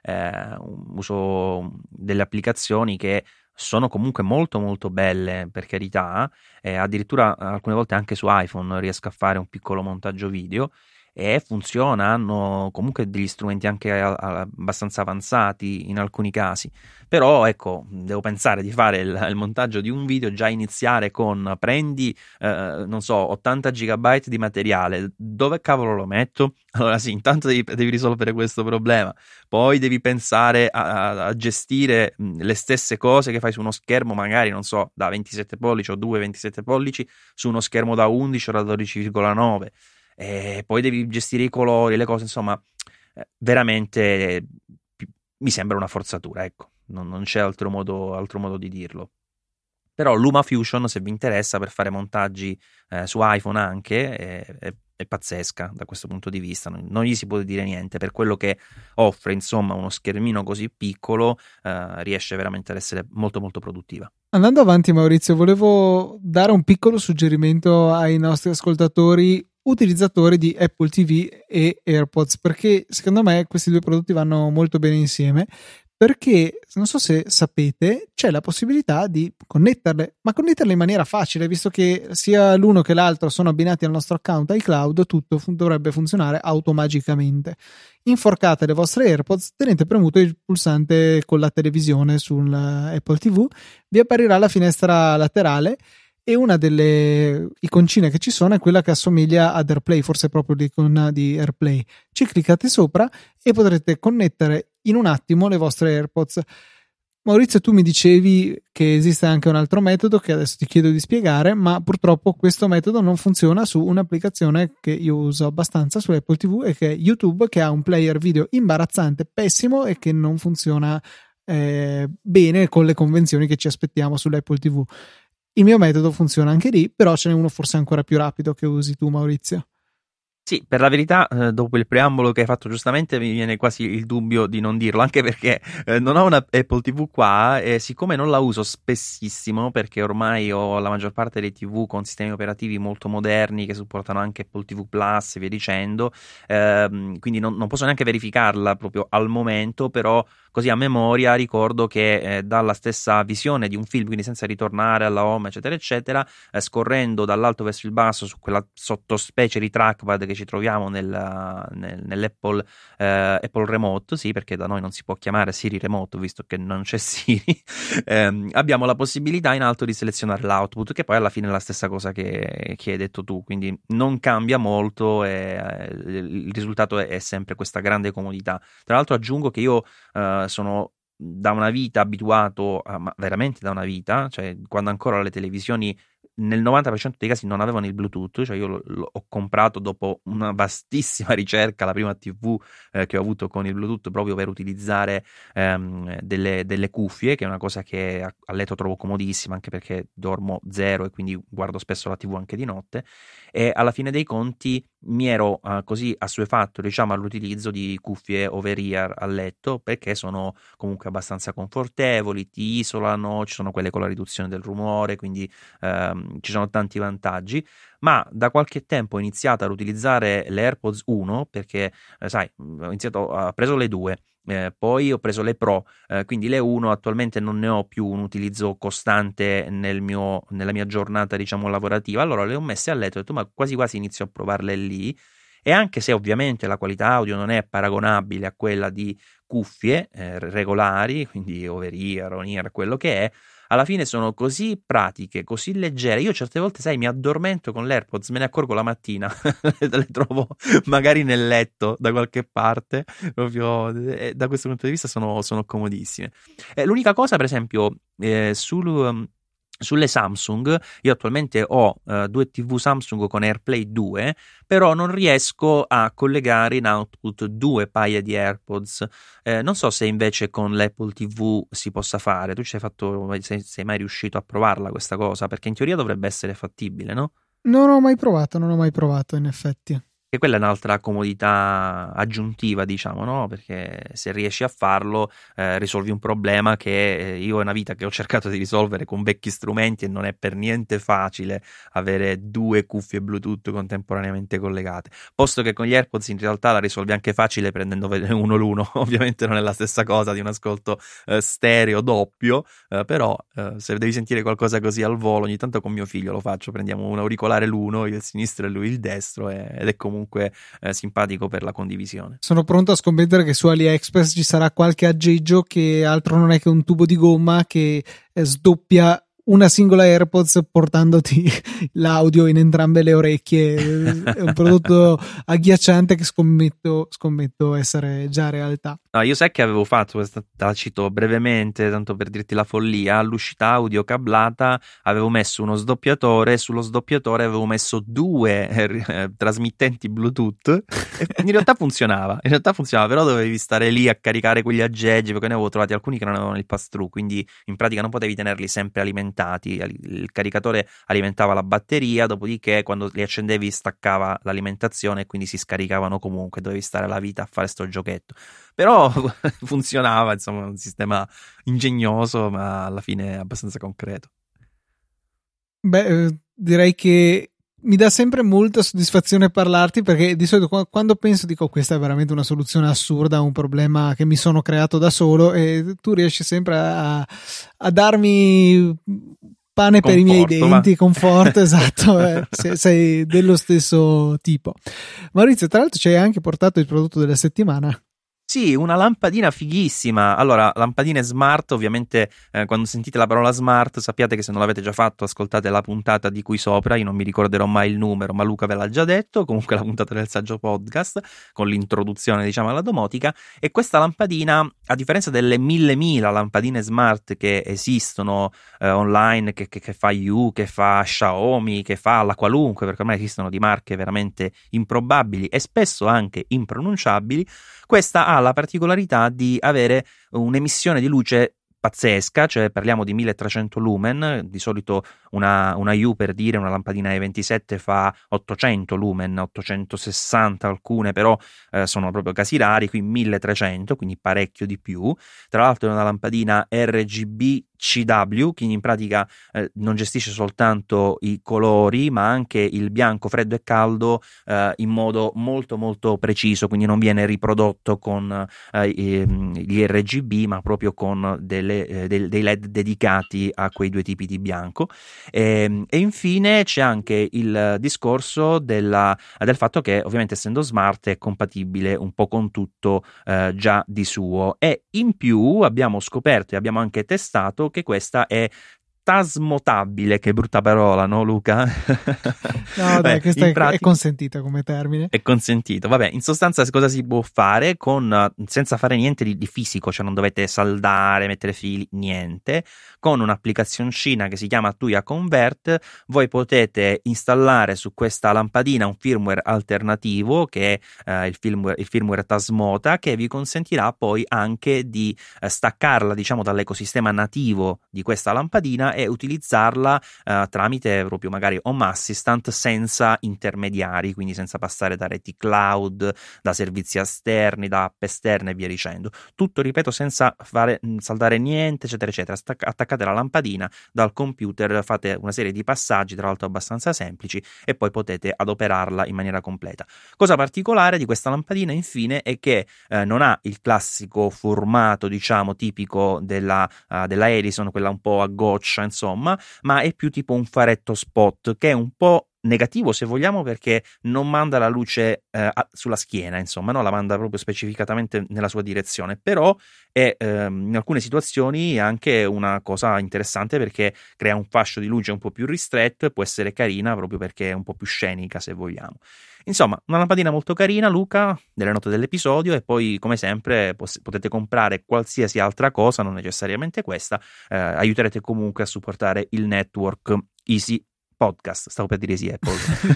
Uso delle applicazioni che sono comunque molto molto belle, per carità, addirittura alcune volte anche su iPhone riesco a fare un piccolo montaggio video e funziona, hanno comunque degli strumenti anche abbastanza avanzati in alcuni casi. Però ecco, devo pensare di fare il montaggio di un video, già iniziare con prendi non so, 80 gigabyte di materiale, dove cavolo lo metto? Allora sì, intanto devi risolvere questo problema, poi devi pensare a gestire le stesse cose che fai su uno schermo magari, non so, da 27 pollici o 2,27 pollici su uno schermo da 11 o da 12,9. E poi devi gestire i colori, le cose, insomma, veramente mi sembra una forzatura, ecco, non c'è altro modo di dirlo. Però LumaFusion, se vi interessa, per fare montaggi su iPhone anche, è pazzesca da questo punto di vista, non gli si può dire niente, per quello che offre, insomma, uno schermino così piccolo, riesce veramente ad essere molto molto produttiva. Andando avanti, Maurizio, volevo dare un piccolo suggerimento ai nostri ascoltatori utilizzatori di Apple TV e AirPods, perché secondo me questi due prodotti vanno molto bene insieme, perché non so se sapete, c'è la possibilità di connetterle, ma connetterle in maniera facile, visto che sia l'uno che l'altro sono abbinati al nostro account iCloud, tutto dovrebbe funzionare automagicamente. Inforcate le vostre AirPods, tenete premuto il pulsante con la televisione sul Apple TV, vi apparirà la finestra laterale e una delle iconcine che ci sono è quella che assomiglia ad AirPlay, forse proprio l'icona di AirPlay. Ci cliccate sopra e potrete connettere in un attimo le vostre AirPods. Maurizio, tu mi dicevi che esiste anche un altro metodo che adesso ti chiedo di spiegare, ma purtroppo questo metodo non funziona su un'applicazione che io uso abbastanza su Apple TV e che è YouTube, che ha un player video imbarazzante, pessimo e che non funziona bene con le convenzioni che ci aspettiamo sull'Apple TV. Il mio metodo funziona anche lì, però ce n'è uno forse ancora più rapido che usi tu, Maurizio. Sì, per la verità, dopo il preambolo che hai fatto giustamente, mi viene quasi il dubbio di non dirlo, anche perché non ho una Apple TV qua e siccome non la uso spessissimo, perché ormai ho la maggior parte dei TV con sistemi operativi molto moderni che supportano anche Apple TV Plus e via dicendo, quindi non posso neanche verificarla proprio al momento, però così a memoria ricordo che dalla stessa visione di un film, quindi senza ritornare alla home, eccetera, eccetera, scorrendo dall'alto verso il basso su quella sottospecie di trackpad che ci troviamo nell'Apple Apple Remote, sì, perché da noi non si può chiamare Siri Remote visto che non c'è Siri, abbiamo la possibilità in alto di selezionare l'output, che poi alla fine è la stessa cosa che hai detto tu, quindi non cambia molto e il risultato è sempre questa grande comodità. Tra l'altro aggiungo che io sono da una vita abituato, ma veramente da una vita, cioè quando ancora le televisioni nel 90% dei casi non avevano il Bluetooth, cioè io ho comprato dopo una vastissima ricerca la prima TV che ho avuto con il Bluetooth proprio per utilizzare delle cuffie, che è una cosa che a letto trovo comodissima, anche perché dormo zero e quindi guardo spesso la TV anche di notte, e alla fine dei conti mi ero così assuefatto, diciamo, all'utilizzo di cuffie over-ear a letto, perché sono comunque abbastanza confortevoli, ti isolano, ci sono quelle con la riduzione del rumore, quindi ci sono tanti vantaggi. Ma da qualche tempo ho iniziato ad utilizzare le AirPods 1 perché, sai, ho preso le 2, poi ho preso le Pro, quindi le 1 attualmente non ne ho più un utilizzo costante nella mia giornata, diciamo, lavorativa. Allora le ho messe a letto e ho detto, ma quasi quasi inizio a provarle lì. E anche se ovviamente la qualità audio non è paragonabile a quella di cuffie regolari, quindi over-ear, on-ear, quello che è, alla fine sono così pratiche, così leggere. Io certe volte, sai, mi addormento con l'AirPods, me ne accorgo la mattina, le trovo magari nel letto da qualche parte, proprio da questo punto di vista sono comodissime. L'unica cosa, per esempio, sulle Samsung, io attualmente ho due TV Samsung con AirPlay 2, però non riesco a collegare in output due paia di AirPods. Non so se invece con l'Apple TV si possa fare. Tu sei mai riuscito a provarla questa cosa? Perché in teoria dovrebbe essere fattibile, no? Non ho mai provato, in effetti. Che quella è un'altra comodità aggiuntiva, diciamo, no? Perché se riesci a farlo, risolvi un problema che io è una vita che ho cercato di risolvere con vecchi strumenti e non è per niente facile avere due cuffie Bluetooth contemporaneamente collegate. Posto che con gli AirPods in realtà la risolvi anche facile prendendo uno l'uno. Ovviamente non è la stessa cosa di un ascolto stereo doppio, però se devi sentire qualcosa così al volo, ogni tanto con mio figlio lo faccio, prendiamo un auricolare l'uno, io il sinistro e lui il destro, ed è comunque simpatico per la condivisione. Sono pronto a scommettere che su AliExpress ci sarà qualche aggeggio che altro non è che un tubo di gomma che sdoppia una singola AirPods portandoti l'audio in entrambe le orecchie. È un prodotto agghiacciante che scommetto essere già realtà. No, io sai che avevo fatto, la cito brevemente, tanto per dirti la follia, all'uscita audio cablata avevo messo uno sdoppiatore, sullo sdoppiatore avevo messo due trasmittenti Bluetooth e in realtà funzionava, però dovevi stare lì a caricare quegli aggeggi, perché ne avevo trovati alcuni che non avevano il pass-through, quindi in pratica non potevi tenerli sempre alimentati, il caricatore alimentava la batteria, dopodiché quando li accendevi staccava l'alimentazione e quindi si scaricavano comunque, dovevi stare la vita a fare sto giochetto. Però funzionava, insomma, un sistema ingegnoso, ma alla fine abbastanza concreto. Beh, direi che mi dà sempre molta soddisfazione parlarti, perché di solito quando penso dico questa è veramente una soluzione assurda a un problema che mi sono creato da solo, e tu riesci sempre a darmi pane per i miei denti, conforto, esatto, sei dello stesso tipo. Maurizio, tra l'altro ci hai anche portato il prodotto della settimana. Sì, una lampadina fighissima. Allora, lampadine smart, ovviamente quando sentite la parola smart sappiate che se non l'avete già fatto ascoltate la puntata di qui sopra, io non mi ricorderò mai il numero, ma Luca ve l'ha già detto, comunque la puntata del Saggio Podcast con l'introduzione diciamo alla domotica. E questa lampadina, a differenza delle mille lampadine smart che esistono online, che fa You, che fa Xiaomi, che fa la qualunque, perché ormai esistono di marche veramente improbabili e spesso anche impronunciabili, questa ha la particolarità di avere un'emissione di luce pazzesca, cioè parliamo di 1300 lumen, di solito una U, per dire, una lampadina E27 fa 800 lumen, 860 alcune, però sono proprio casi rari, qui 1300, quindi parecchio di più. Tra l'altro è una lampadina RGB CW, quindi in pratica non gestisce soltanto i colori ma anche il bianco freddo e caldo in modo molto molto preciso, quindi non viene riprodotto con gli RGB ma proprio con dei LED dedicati a quei due tipi di bianco. E infine c'è anche il discorso del fatto che ovviamente essendo smart è compatibile un po' con tutto già di suo, e in più abbiamo scoperto e abbiamo anche testato che questa è trasmutabile, che brutta parola, no Luca? No dai, questa è consentita come termine. È consentito, vabbè, in sostanza cosa si può fare senza fare niente di fisico, cioè non dovete saldare, mettere fili, niente. Con un'applicazioncina che si chiama Tuya Convert voi potete installare su questa lampadina un firmware alternativo che è il firmware Tasmota, che vi consentirà poi anche di staccarla diciamo dall'ecosistema nativo di questa lampadina e utilizzarla tramite proprio magari Home Assistant senza intermediari, quindi senza passare da reti cloud, da servizi esterni, da app esterne e via dicendo. Tutto, ripeto, senza fare saldare niente, eccetera eccetera. Attaccate la lampadina dal computer, fate una serie di passaggi, tra l'altro abbastanza semplici, e poi potete adoperarla in maniera completa. Cosa particolare di questa lampadina infine è che non ha il classico formato diciamo tipico della Edison, quella un po' a goccia insomma, ma è più tipo un faretto spot, che è un po' negativo se vogliamo, perché non manda la luce sulla schiena, insomma, no? La manda proprio specificatamente nella sua direzione, però è in alcune situazioni anche una cosa interessante, perché crea un fascio di luce un po' più ristretto e può essere carina proprio perché è un po' più scenica se vogliamo. Insomma, una lampadina molto carina, Luca, nelle note dell'episodio, e poi come sempre potete comprare qualsiasi altra cosa, non necessariamente questa, aiuterete comunque a supportare il network Easy Podcast, stavo per dire Easy Apple.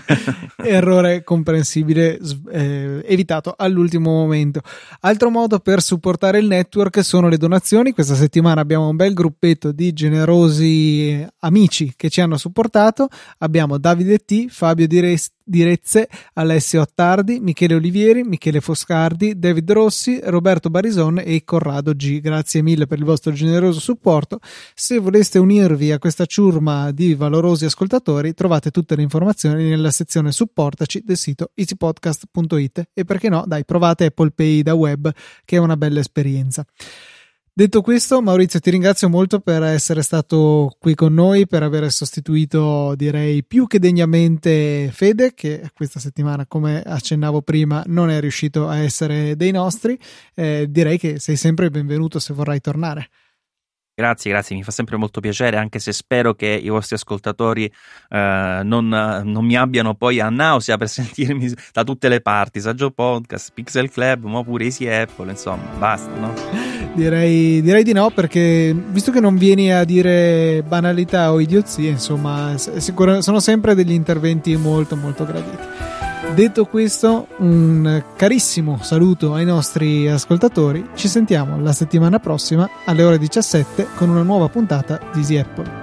Errore comprensibile, evitato all'ultimo momento. Altro modo per supportare il network sono le donazioni. Questa settimana abbiamo un bel gruppetto di generosi amici che ci hanno supportato. Abbiamo Davide T, Fabio Direzze, Alessio Attardi, Michele Olivieri, Michele Foscardi, David Rossi, Roberto Barison e Corrado G. Grazie mille per il vostro generoso supporto. Se voleste unirvi a questa ciurma di valorosi ascoltatori, trovate tutte le informazioni nella sezione supportaci del sito easypodcast.it, e perché no, dai, provate Apple Pay da web, che è una bella esperienza. Detto questo, Maurizio, ti ringrazio molto per essere stato qui con noi, per aver sostituito, direi più che degnamente, Fede, che questa settimana, come accennavo prima, non è riuscito a essere dei nostri. Direi che sei sempre benvenuto se vorrai tornare. Grazie, mi fa sempre molto piacere, anche se spero che i vostri ascoltatori non mi abbiano poi a nausea per sentirmi da tutte le parti, Saggio Podcast, Pixel Club, ma pure Easy Apple, insomma, basta, no? Direi di no, perché visto che non vieni a dire banalità o idiozie, insomma, sono sempre degli interventi molto molto graditi. Detto questo, un carissimo saluto ai nostri ascoltatori. Ci sentiamo la settimana prossima alle ore 17 con una nuova puntata di Easy Apple.